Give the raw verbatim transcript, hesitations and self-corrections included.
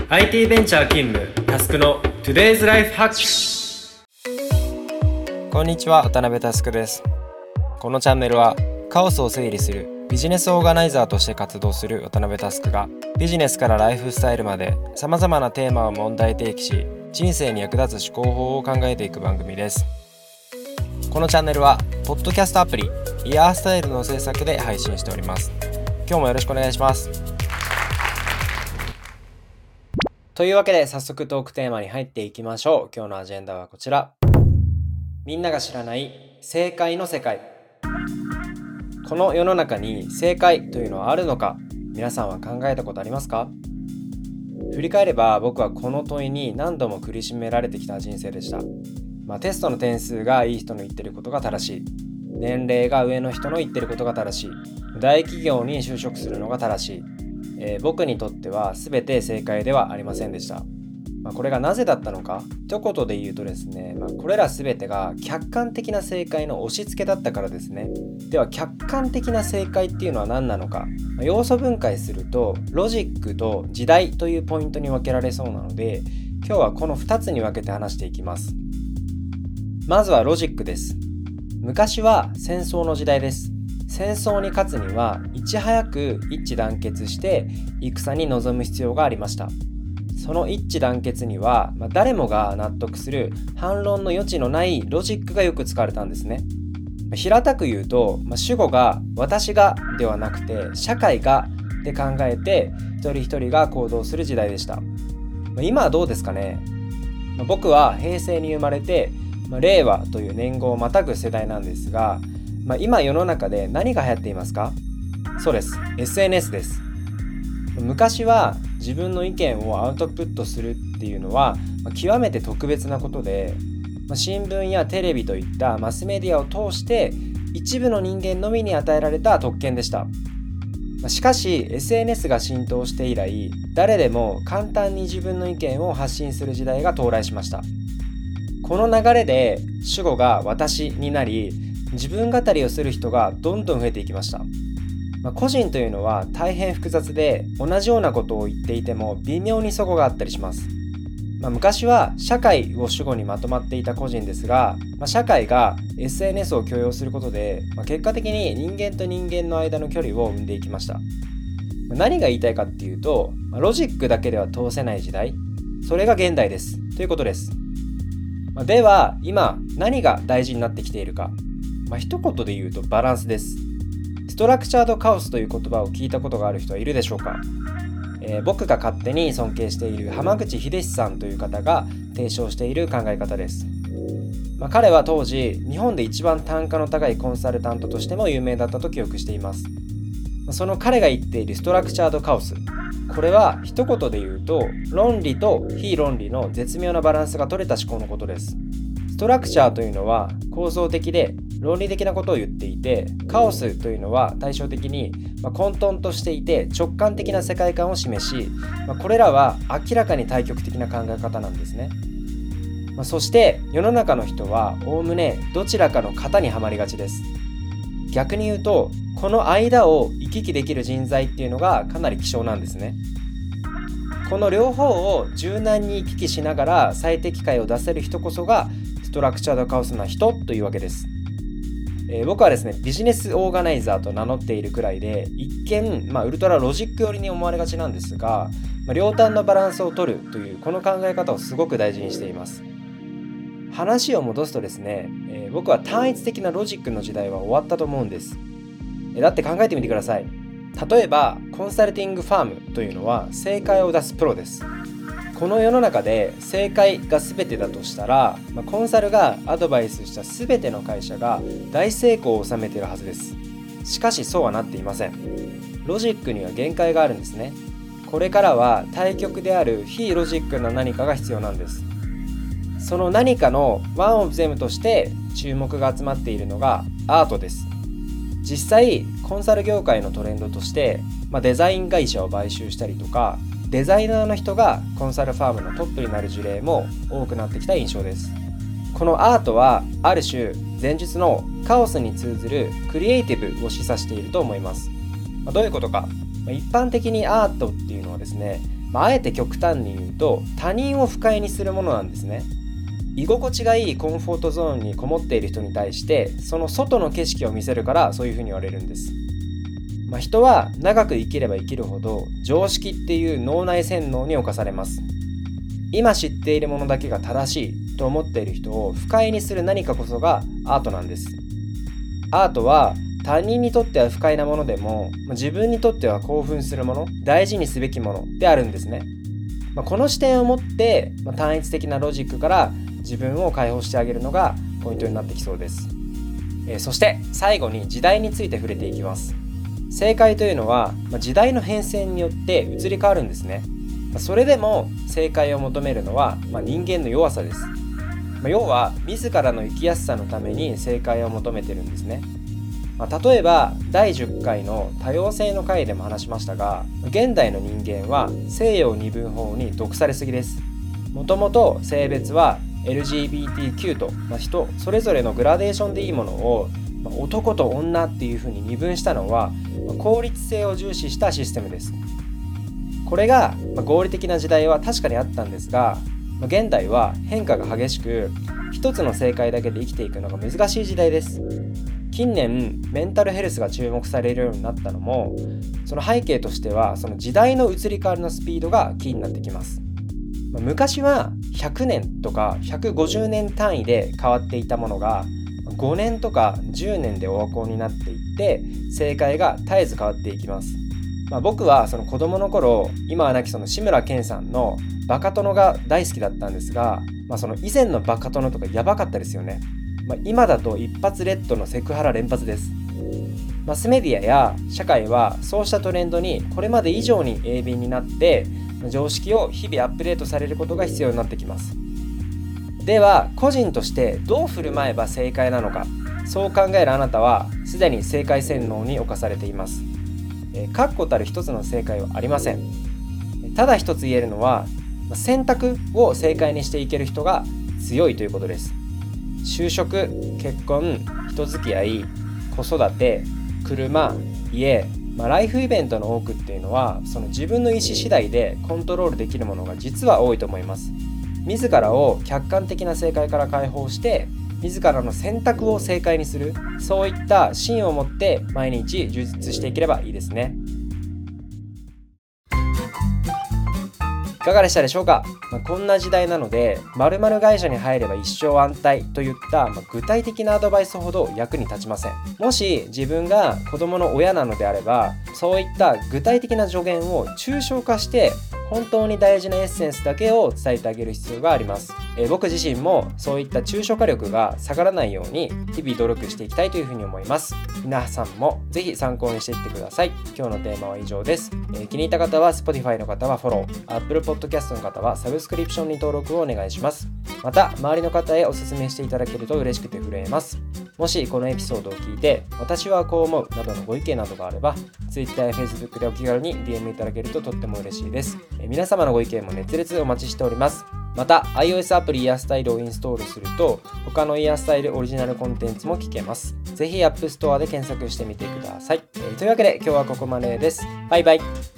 アイティー ベンチャー勤務タスクの Today's Life Hack。 こんにちは、渡辺タスクです。このチャンネルはカオスを整理するビジネスオーガナイザーとして活動する渡辺タスクがビジネスからライフスタイルまで様々なテーマを問題提起し、人生に役立つ思考法を考えていく番組です。このチャンネルはポッドキャストアプリイヤースタイルの制作で配信しております。今日もよろしくお願いします。というわけで早速トークテーマに入っていきましょう。今日のアジェンダはこちら。みんなが知らない正解の世界。この世の中に正解というのはあるのか、皆さんは考えたことありますか？振り返れば僕はこの問いに何度も苦しめられてきた人生でした。まあ、テストの点数がいい人の言ってることが正しい、年齢が上の人の言ってることが正しい、大企業に就職するのが正しい、えー、僕にとっては全て正解ではありませんでした。まあ、これがなぜだったのか一言で言うとですね、まあ、これら全てが客観的な正解の押し付けだったからですね。では客観的な正解っていうのは何なのか、まあ、要素分解するとロジックと時代というポイントに分けられそうなので、今日はこのふたつに分けて話していきます。まずはロジックです。昔は戦争の時代です。戦争に勝つにはいち早く一致団結して戦に臨む必要がありました。その一致団結には、まあ、誰もが納得する反論の余地のないロジックがよく使われたんですね。平たく言うと、まあ、主語が私がではなくて社会がで考えて一人一人が行動する時代でした。まあ、今はどうですかね。まあ、僕は平成に生まれて、まあ、令和という年号をまたぐ世代なんですが、まあ、今世の中で何が流行っていますか？そうです。エスエヌエス です。昔は自分の意見をアウトプットするっていうのは、まあ、極めて特別なことで、まあ、新聞やテレビといったマスメディアを通して一部の人間のみに与えられた特権でした。まあ、しかし エスエヌエス が浸透して以来、誰でも簡単に自分の意見を発信する時代が到来しました。この流れで主語が私になり、自分語りをする人がどんどん増えていきました。まあ、個人というのは大変複雑で、同じようなことを言っていても微妙に齟齬があったりします。まあ、昔は社会を主語にまとまっていた個人ですが、まあ、社会が エスエヌエス を許容することで、まあ、結果的に人間と人間の間の距離を生んでいきました。まあ、何が言いたいかっていうと、まあ、ロジックだけでは通せない時代、それが現代ですということです。まあ、では今何が大事になってきているか。まあ、一言で言うとバランスです。ストラクチャードカオスという言葉を聞いたことがある人はいるでしょうか？えー、僕が勝手に尊敬している浜口秀志さんという方が提唱している考え方です。まあ、彼は当時日本で一番単価の高いコンサルタントとしても有名だったと記憶しています。まあ、その彼が言っているストラクチャードカオス、これは一言で言うと論理と非論理の絶妙なバランスが取れた思考のことです。ストラクチャーというのは構造的で論理的なことを言っていて、カオスというのは対照的に混沌としていて直感的な世界観を示し、これらは明らかに対極的な考え方なんですね。そして世の中の人はおおむねどちらかの型にはまりがちです。逆に言うとこの間を行き来できる人材っていうのがかなり希少なんですね。この両方を柔軟に行き来しながら最適解を出せる人こそがストラクチャードカオスな人というわけです。えー、僕はですねビジネスオーガナイザーと名乗っているくらいで、一見、まあ、ウルトラロジック寄りに思われがちなんですが、まあ、両端のバランスを取るというこの考え方をすごく大事にしています。話を戻すとですね、えー、僕は単一的なロジックの時代は終わったと思うんです。えー、だって考えてみてください。例えばコンサルティングファームというのは正解を出すプロです。この世の中で正解が全てだとしたら、まあ、コンサルがアドバイスした全ての会社が大成功を収めているはずです。しかしそうはなっていません。ロジックには限界があるんですね。これからは対極である非ロジックな何かが必要なんです。その何かのワンオブゼムとして注目が集まっているのがアートです。実際コンサル業界のトレンドとして、まあ、デザイン会社を買収したりとか、デザイナーの人がコンサルファームのトップになる事例も多くなってきた印象です。このアートはある種前述のカオスに通ずるクリエイティブを示唆していると思います。まあ、どういうことか、まあ、一般的にアートっていうのはですね、 まあ、あえて極端に言うと他人を不快にするものなんですね。居心地がいいコンフォートゾーンにこもっている人に対してその外の景色を見せるからそういうふうに言われるんです。まあ、人は長く生きれば生きるほど常識っていう脳内洗脳に侵されます。今知っているものだけが正しいと思っている人を不快にする何かこそがアートなんです。アートは他人にとっては不快なものでも自分にとっては興奮するもの、大事にすべきものであるんですね。まあ、この視点を持って、まあ、単一的なロジックから自分を解放してあげるのがポイントになってきそうです。えー、そして最後に時代について触れていきます。正解というのは、まあ、時代の変遷によって移り変わるんですね。まあ、それでも正解を求めるのは、まあ、人間の弱さです。まあ、要は自らの生きやすさのために正解を求めてるんですね。まあ、例えばだいじゅっかいの多様性の回でも話しましたが、現代の人間は西洋二分法に毒されすぎです。もともと性別は エルジービーティーキュー と、まあ、人それぞれのグラデーションでいいものを、まあ、男と女っていう風に二分したのは、まあ、効率性を重視したシステムです。これが、まあ、合理的な時代は確かにあったんですが、まあ、現代は変化が激しく一つの正解だけで生きていくのが難しい時代です。近年メンタルヘルスが注目されるようになったのもその背景としてはその時代の移り変わりのスピードがキーになってきます。まあ、昔はひゃくねんとかひゃくごじゅうねん単位で変わっていたものがごねんとかじゅうねんでオワコンになっていって正解が絶えず変わっていきます。まあ、僕はその子供の頃今はなきその志村けんさんのバカ殿が大好きだったんですが、まあ、その以前のバカ殿とかやばかったですよね。まあ、今だと一発レッドのセクハラ連発です。マスメディアや社会はそうしたトレンドにこれまで以上に鋭敏になって常識を日々アップデートされることが必要になってきます。では個人としてどう振る舞えば正解なのか、そう考えるあなたはすでに正解洗脳に侵されています。えー、確固たる一つの正解はありません。ただ一つ言えるのは選択を正解にしていける人が強いということです。就職、結婚、人付き合い、子育て、車、家、まあ、ライフイベントの多くっていうのはその自分の意思次第でコントロールできるものが実は多いと思います。自らを客観的な正解から解放して自らの選択を正解にする、そういった芯を持って毎日充実していければいいですね。いかがでしたでしょうか。まあ、こんな時代なので〇〇会社に入れば一生安泰といった、まあ、具体的なアドバイスほど役に立ちません。もし自分が子供の親なのであればそういった具体的な助言を抽象化して本当に大事なエッセンスだけを伝えてあげる必要があります。えー、僕自身もそういった抽象化力が下がらないように日々努力していきたいというふうに思います。皆さんもぜひ参考にしていってください。今日のテーマは以上です。えー、気に入った方は Spotify の方はフォロー、Apple Podcast の方はサブスクリプションに登録をお願いします。また周りの方へお勧めしていただけると嬉しくて震えます。もしこのエピソードを聞いて私はこう思うなどのご意見などがあれば Twitter や Facebook でお気軽に ディーエム いただけるととっても嬉しいです。えー、皆様のご意見も熱烈お待ちしております。また iOS アプリイヤースタイルをインストールすると他のイヤースタイルオリジナルコンテンツも聞けます。ぜひ App Store で検索してみてください。えー、というわけで今日はここまでです。バイバイ。